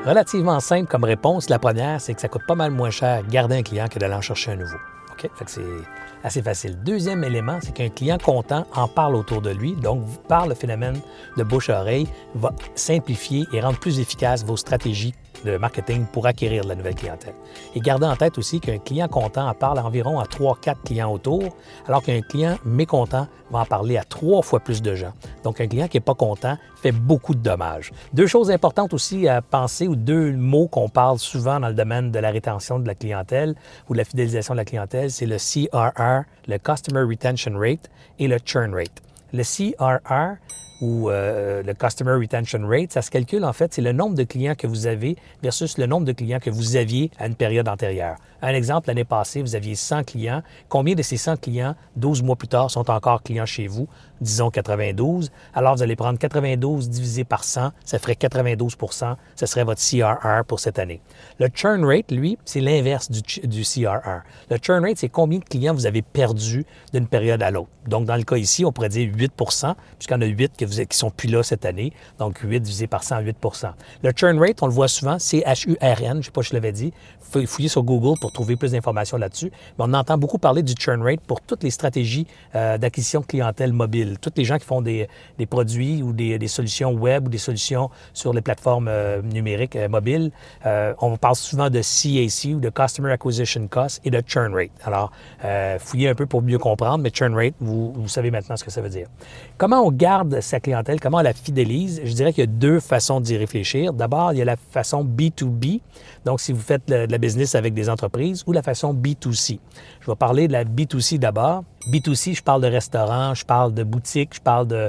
Relativement simple comme réponse. La première, c'est que ça coûte pas mal moins cher garder un client que d'aller en chercher un nouveau. OK? Fait que c'est assez facile. Deuxième élément, c'est qu'un client content en parle autour de lui. Donc, par le phénomène de bouche à oreille, va simplifier et rendre plus efficaces vos stratégies de marketing pour acquérir de la nouvelle clientèle. Et gardez en tête aussi qu'un client content en parle environ à 3-4 clients autour, alors qu'un client mécontent va en parler à 3 fois plus de gens. Donc, un client qui n'est pas content fait beaucoup de dommages. Deux choses importantes aussi à penser, ou deux mots qu'on parle souvent dans le domaine de la rétention de la clientèle ou de la fidélisation de la clientèle, c'est le CRR, le Customer Retention Rate, et le Churn Rate. Le CRR, ou le Customer Retention Rate, ça se calcule en fait, c'est le nombre de clients que vous avez versus le nombre de clients que vous aviez à une période antérieure. Un exemple, l'année passée, vous aviez 100 clients. Combien de ces 100 clients, 12 mois plus tard, sont encore clients chez vous? Disons 92. Alors, vous allez prendre 92 divisé par 100, ça ferait 92 %. Ce serait votre CRR pour cette année. Le Churn Rate, lui, c'est l'inverse du CRR. Le Churn Rate, c'est combien de clients vous avez perdus d'une période à l'autre. Donc, dans le cas ici, on pourrait dire 8 % puisqu'il y en a 8 qui ne sont plus là cette année. Donc, 8 divisé par 100, 8 %. Le Churn Rate, on le voit souvent, c'est CHURN, je ne sais pas si je l'avais dit. Il faut fouiller sur Google pour trouver plus d'informations là-dessus. Mais on entend beaucoup parler du Churn Rate pour toutes les stratégies d'acquisition de clientèle mobile. Tous les gens qui font des produits ou des solutions web ou des solutions sur les plateformes numériques mobiles, on parle souvent de CAC ou de Customer Acquisition Cost et de Churn Rate. Alors, fouillez un peu pour mieux comprendre, mais Churn Rate, vous savez maintenant ce que ça veut dire. Comment on garde sa clientèle? Comment on la fidélise? Je dirais qu'il y a deux façons d'y réfléchir. D'abord, il y a la façon B2B. Donc, si vous faites de la business avec des entreprises, ou la façon B2C. Je vais parler de la B2C d'abord. B2C, je parle de restaurants, je parle de boutiques, je parle de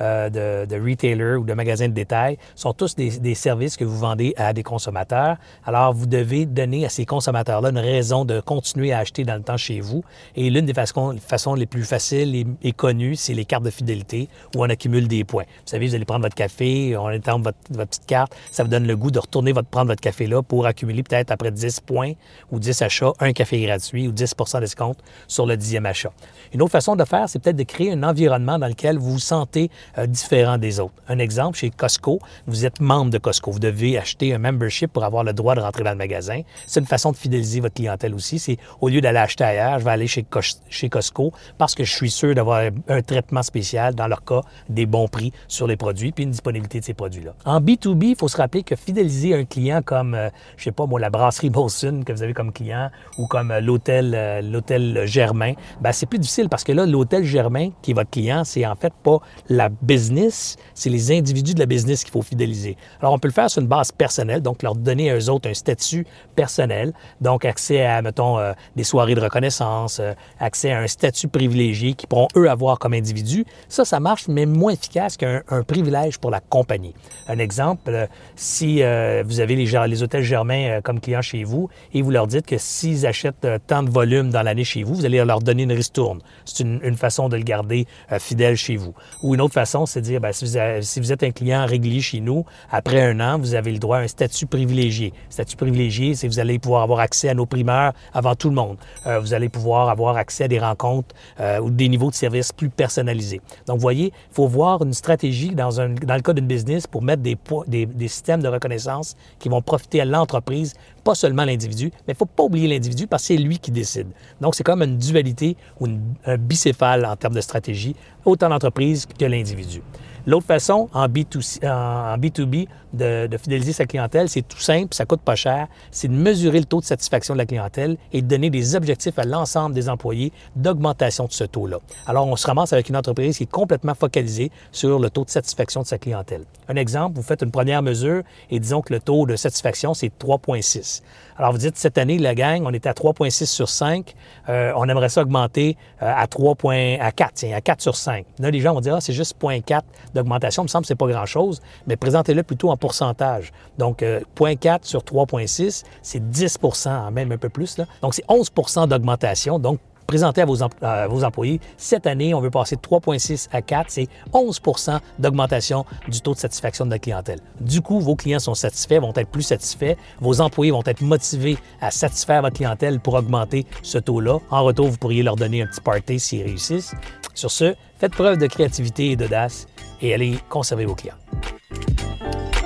retailers ou de magasins de détail. Ce sont tous des services que vous vendez à des consommateurs. Alors, vous devez donner à ces consommateurs-là une raison de continuer à acheter dans le temps chez vous. Et l'une des façons les plus faciles et connues, c'est les cartes de fidélité où on accumule des points. Vous savez, vous allez prendre votre café, on étend votre petite carte, ça vous donne le goût de retourner prendre votre café là pour accumuler peut-être après 10 points ou 10 achats, un café gratuit ou 10 % d'escompte sur le 10e achat. Une autre façon de faire, c'est peut-être de créer un environnement dans lequel vous vous sentez différent des autres. Un exemple, chez Costco, vous êtes membre de Costco. Vous devez acheter un membership pour avoir le droit de rentrer dans le magasin. C'est une façon de fidéliser votre clientèle aussi. C'est au lieu d'aller acheter ailleurs, je vais aller chez Costco parce que je suis sûr d'avoir un traitement spécial, dans leur cas, des bons prix sur les produits puis une disponibilité de ces produits-là. En B2B, il faut se rappeler que fidéliser un client comme, je sais pas moi, la brasserie Molson que vous avez comme client ou comme l'hôtel Germain, ben c'est plus difficile parce que là, l'hôtel Germain, qui est votre client, c'est en fait pas la business, c'est les individus de la business qu'il faut fidéliser. Alors, on peut le faire sur une base personnelle, donc leur donner à eux autres un statut personnel, donc accès à, mettons, des soirées de reconnaissance, accès à un statut privilégié qu'ils pourront, eux, avoir comme individus. Ça marche, mais moins efficace qu'un privilège pour la compagnie. Un exemple, si vous avez les hôtels Germain comme clients chez vous et vous leur dites que s'ils achètent tant de volume dans l'année chez vous, vous allez leur donner une ristourne. C'est une façon de le garder fidèle chez vous. Ou une autre façon, c'est de dire, bien, si vous êtes un client régulier chez nous, après un an, vous avez le droit à un statut privilégié. Statut privilégié, c'est que vous allez pouvoir avoir accès à nos primeurs avant tout le monde. Vous allez pouvoir avoir accès à des rencontres ou des niveaux de service plus personnalisés. Donc, vous voyez, il faut voir une stratégie dans le cas d'une business pour mettre des systèmes de reconnaissance qui vont profiter à l'entreprise, pas seulement l'individu, mais il ne faut pas oublier l'individu parce que c'est lui qui décide. Donc, c'est comme une dualité ou un bicéphale en termes de stratégie, autant l'entreprise que l'individu. L'autre façon, en B2B, de fidéliser sa clientèle, c'est tout simple, ça ne coûte pas cher, c'est de mesurer le taux de satisfaction de la clientèle et de donner des objectifs à l'ensemble des employés d'augmentation de ce taux-là. Alors, on se ramasse avec une entreprise qui est complètement focalisée sur le taux de satisfaction de sa clientèle. Un exemple, vous faites une première mesure et disons que le taux de satisfaction, c'est 3,6. Alors, vous dites, cette année, la gang, on était à 3,6 sur 5. On aimerait ça augmenter à 4 sur 5. Là, les gens vont dire, c'est juste 0,4 d'augmentation. Il me semble que ce n'est pas grand-chose, mais présentez-le plutôt en pourcentage. Donc, 0,4 sur 3,6, c'est 10 %, même un peu plus, là. Donc, c'est 11 % d'augmentation. Donc, présentez à vos employés, cette année, on veut passer de 3,6 à 4, c'est 11 % d'augmentation du taux de satisfaction de la clientèle. Du coup, vos clients sont satisfaits, vont être plus satisfaits, vos employés vont être motivés à satisfaire votre clientèle pour augmenter ce taux-là. En retour, vous pourriez leur donner un petit party s'ils réussissent. Sur ce, faites preuve de créativité et d'audace et allez conserver vos clients.